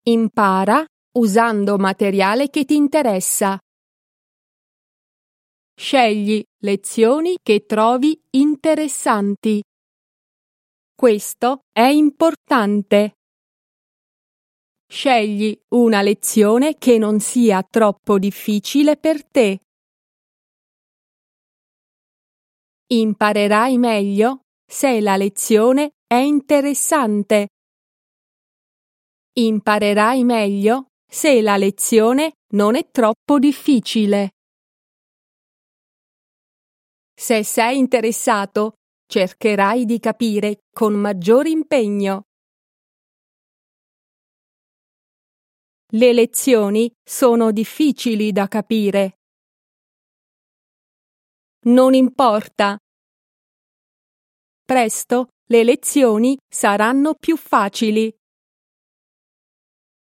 Impara usando materiale che ti interessa. Scegli lezioni che trovi interessanti. Questo è importante. Scegli una lezione che non sia troppo difficile per te. Imparerai meglio se la lezione è interessante. Imparerai meglio se la lezione non è troppo difficile. Se sei interessato, cercherai di capire con maggior impegno. Le lezioni sono difficili da capire. Non importa. Presto le lezioni saranno più facili.